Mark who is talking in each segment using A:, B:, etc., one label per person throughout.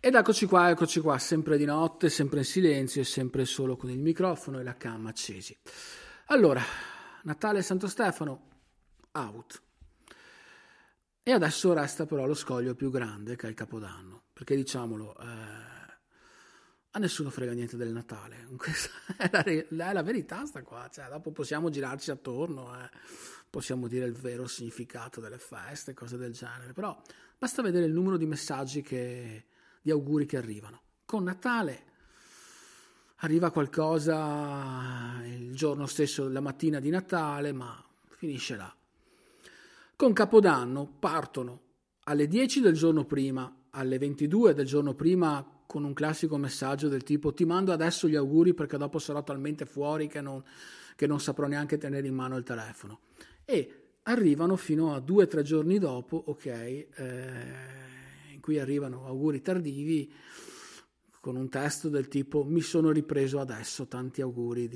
A: Ed eccoci qua, sempre di notte, sempre in silenzio e sempre solo con il microfono e la cam accesi. Allora, Natale e Santo Stefano, out. E adesso resta però lo scoglio più grande, che è il Capodanno, perché diciamolo, a nessuno frega niente del Natale. Questa è la verità sta qua, cioè, dopo possiamo girarci attorno, possiamo dire il vero significato delle feste, cose del genere, però basta vedere il numero di messaggi di auguri che arrivano. Con Natale arriva qualcosa il giorno stesso, la mattina di Natale, ma finisce là. Con Capodanno partono alle 10 del giorno prima, alle 22 del giorno prima, con un classico messaggio del tipo: ti mando adesso gli auguri perché dopo sarò talmente fuori che non saprò neanche tenere in mano il telefono. E arrivano fino a 2 o 3 giorni dopo, in cui arrivano auguri tardivi con un testo del tipo: mi sono ripreso adesso, tanti auguri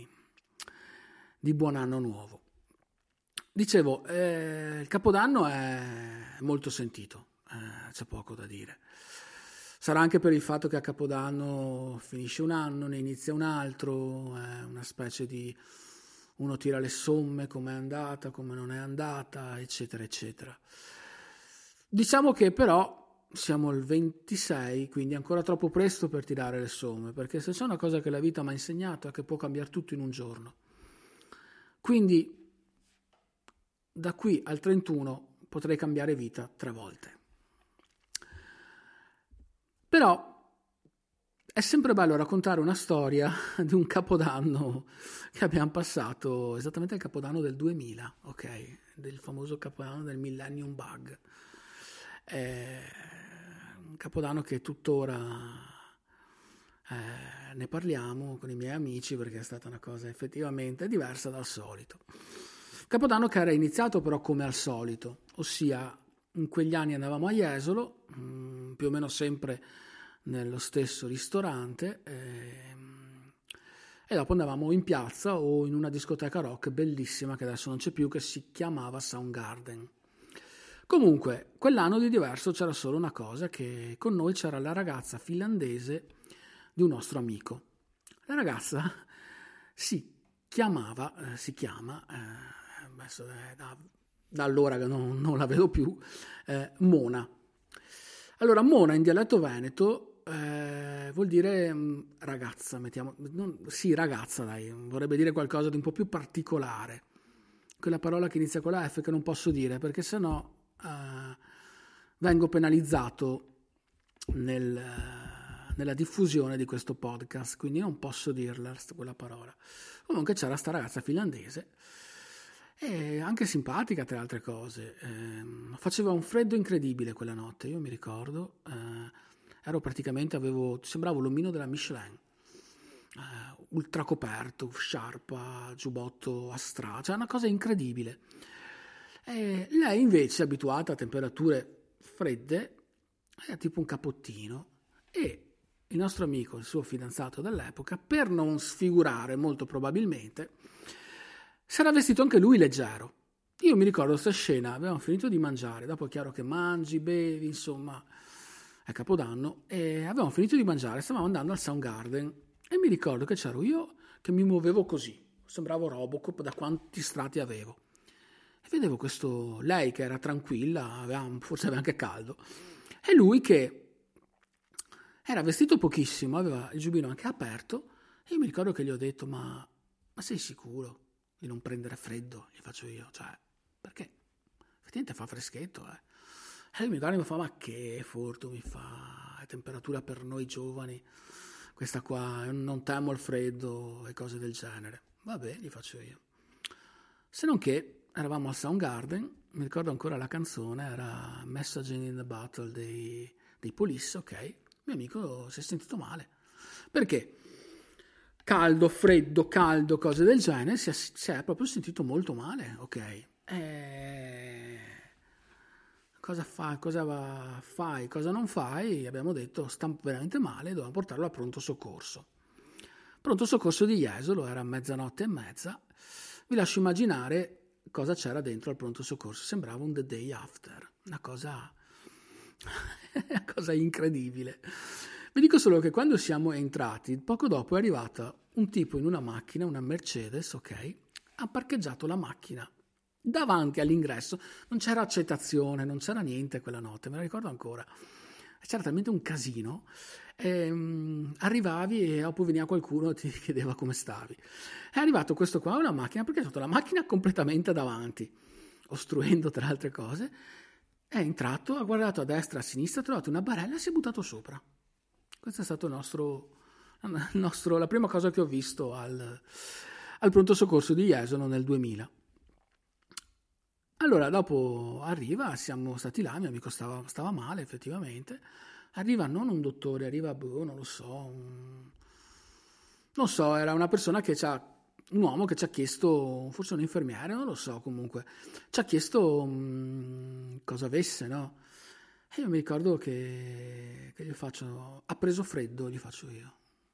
A: di buon anno nuovo. Dicevo, il Capodanno è molto sentito, c'è poco da dire. Sarà anche per il fatto che a Capodanno finisce un anno, ne inizia un altro, è una specie di uno tira le somme, come è andata, come non è andata, eccetera, eccetera. Diciamo che però siamo al 26, quindi è ancora troppo presto per tirare le somme, perché se c'è una cosa che la vita mi ha insegnato è che può cambiare tutto in un giorno. Quindi da qui al 31 potrei cambiare vita 3 volte. Però è sempre bello raccontare una storia di un Capodanno che abbiamo passato, esattamente il Capodanno del 2000, ok? Del famoso Capodanno del Millennium Bug. Un Capodanno che tuttora ne parliamo con i miei amici perché è stata una cosa effettivamente diversa dal solito. Capodanno che era iniziato però come al solito, ossia in quegli anni andavamo a Jesolo, più o meno sempre nello stesso ristorante, e dopo andavamo in piazza o in una discoteca rock bellissima che adesso non c'è più, che si chiamava Soundgarden. Comunque, quell'anno di diverso c'era solo una cosa, che con noi c'era la ragazza finlandese di un nostro amico. La ragazza si chiama, adesso da allora che non la vedo più, Mona. Allora, Mona in dialetto veneto vuol dire ragazza, ragazza, dai, vorrebbe dire qualcosa di un po' più particolare. Quella parola che inizia con la F che non posso dire perché sennò vengo penalizzato nella diffusione di questo podcast, quindi non posso dirla quella parola. Comunque c'era sta ragazza finlandese, e anche simpatica tra altre cose, faceva un freddo incredibile quella notte, io mi ricordo, sembravo l'omino della Michelin, ultra coperto, sciarpa, giubbotto a stra, cioè una cosa incredibile. E lei invece, abituata a temperature fredde, era tipo un capottino, e il nostro amico, il suo fidanzato dell'epoca, per non sfigurare molto probabilmente, si era vestito anche lui leggero. Io mi ricordo questa scena, avevamo finito di mangiare, dopo è chiaro che mangi, bevi, insomma, è Capodanno, e avevamo finito di mangiare, stavamo andando al Soundgarden, e mi ricordo che c'ero io che mi muovevo così, sembravo Robocop da quanti strati avevo. E vedevo lei che era tranquilla, forse aveva anche caldo, e lui che era vestito pochissimo, aveva il giubbino anche aperto, e io mi ricordo che gli ho detto, ma sei sicuro di non prendere freddo? Gli faccio io, cioè, perché? Effettivamente fa freschetto, E lui mi guarda e mi fa, ma che furto mi fa, è temperatura per noi giovani, questa qua, non temo il freddo e cose del genere. Vabbè, gli faccio io. Se non che eravamo al Soundgarden, mi ricordo ancora la canzone, era Messaging in the Bottle dei Police, ok? Mio amico si è sentito male. Perché? Caldo, freddo, cose del genere, si è proprio sentito molto male, ok? Cosa fai, cosa non fai? Abbiamo detto, sta veramente male, dobbiamo portarlo a pronto soccorso. Pronto soccorso di Jesolo, era 00:30. Vi lascio immaginare cosa c'era dentro al pronto soccorso. Sembrava un The Day After, una cosa cosa incredibile. Vi dico solo che quando siamo entrati, poco dopo è arrivato un tipo in una macchina, una Mercedes, ok? Ha parcheggiato la macchina davanti all'ingresso, non c'era accettazione, non c'era niente quella notte, me la ricordo ancora. C'era talmente un casino, arrivavi e poi veniva qualcuno e ti chiedeva come stavi. È arrivato questo qua, una macchina, perché è stata la macchina completamente davanti, ostruendo tra altre cose, è entrato, ha guardato a destra e a sinistra, ha trovato una barella e si è buttato sopra. Questo è stato la prima cosa che ho visto al pronto soccorso di Jesolo nel 2000. Allora, dopo arriva, siamo stati là, mio amico stava male effettivamente, arriva non un dottore, arriva, non lo so, non so, era una persona un uomo che ci ha chiesto, forse un infermiere, non lo so, comunque, ci ha chiesto cosa avesse, no? E io mi ricordo che gli faccio, ha preso freddo, gli faccio io.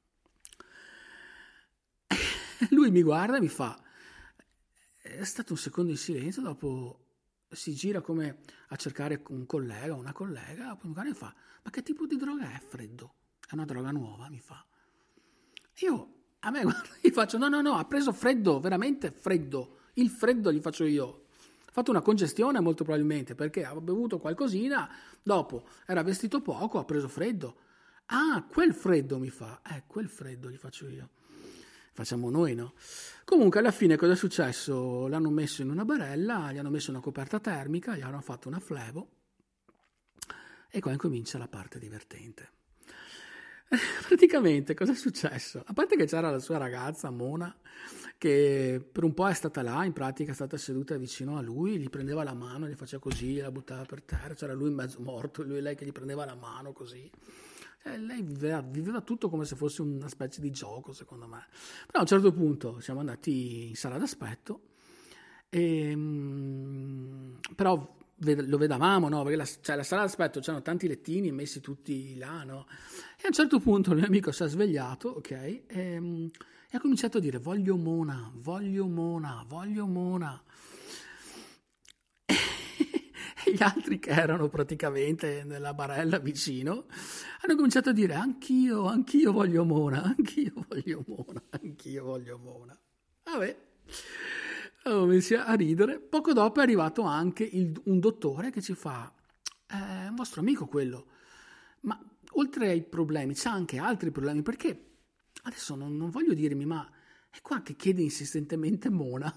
A: Lui mi guarda e mi fa, è stato un secondo in silenzio, dopo si gira come a cercare un collega, una collega, poi mi guarda e fa, ma che tipo di droga è freddo? È una droga nuova, mi fa. Io, a me guarda, gli faccio, no, ha preso freddo, veramente freddo, il freddo gli faccio io. Ha fatto una congestione molto probabilmente, perché ha bevuto qualcosina, dopo era vestito poco, ha preso freddo. Ah, quel freddo mi fa, quel freddo gli faccio io. Facciamo noi, no? Comunque alla fine cosa è successo? L'hanno messo in una barella, gli hanno messo una coperta termica, gli hanno fatto una flebo e qua incomincia la parte divertente. Praticamente cosa è successo? A parte che c'era la sua ragazza Mona che per un po' è stata là, in pratica è stata seduta vicino a lui, gli prendeva la mano, gli faceva così, la buttava per terra, c'era lui mezzo morto, lui e lei che gli prendeva la mano così. Lei viveva tutto come se fosse una specie di gioco, secondo me. Però a un certo punto siamo andati in sala d'aspetto, però lo vedavamo, no? Perché la sala d'aspetto c'erano tanti lettini messi tutti là, no? E a un certo punto il mio amico si è svegliato, ok? E ha cominciato a dire voglio Mona. E gli altri che erano praticamente nella barella vicino hanno cominciato a dire anch'io voglio Mona. Vabbè, ho messo a ridere. Poco dopo è arrivato anche un dottore che ci fa è un vostro amico quello, ma oltre ai problemi c'ha anche altri problemi, perché adesso non voglio dirmi, ma è qua che chiede insistentemente Mona.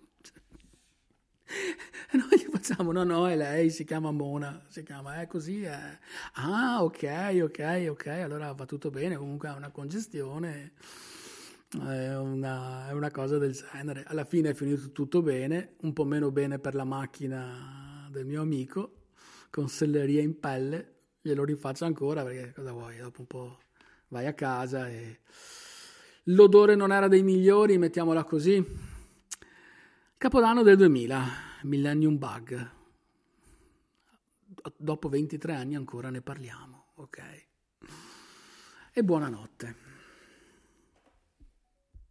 A: E noi gli facciamo, no, è lei, si chiama Mona, è così, è. Ah, ok, allora va tutto bene, comunque ha una congestione, è una cosa del genere. Alla fine è finito tutto bene, un po' meno bene per la macchina del mio amico, con selleria in pelle, glielo rifaccio ancora perché cosa vuoi, dopo un po' vai a casa e l'odore non era dei migliori, mettiamola così. Capodanno del 2000, Millennium Bug. Dopo 23 anni ancora ne parliamo, ok? E buonanotte.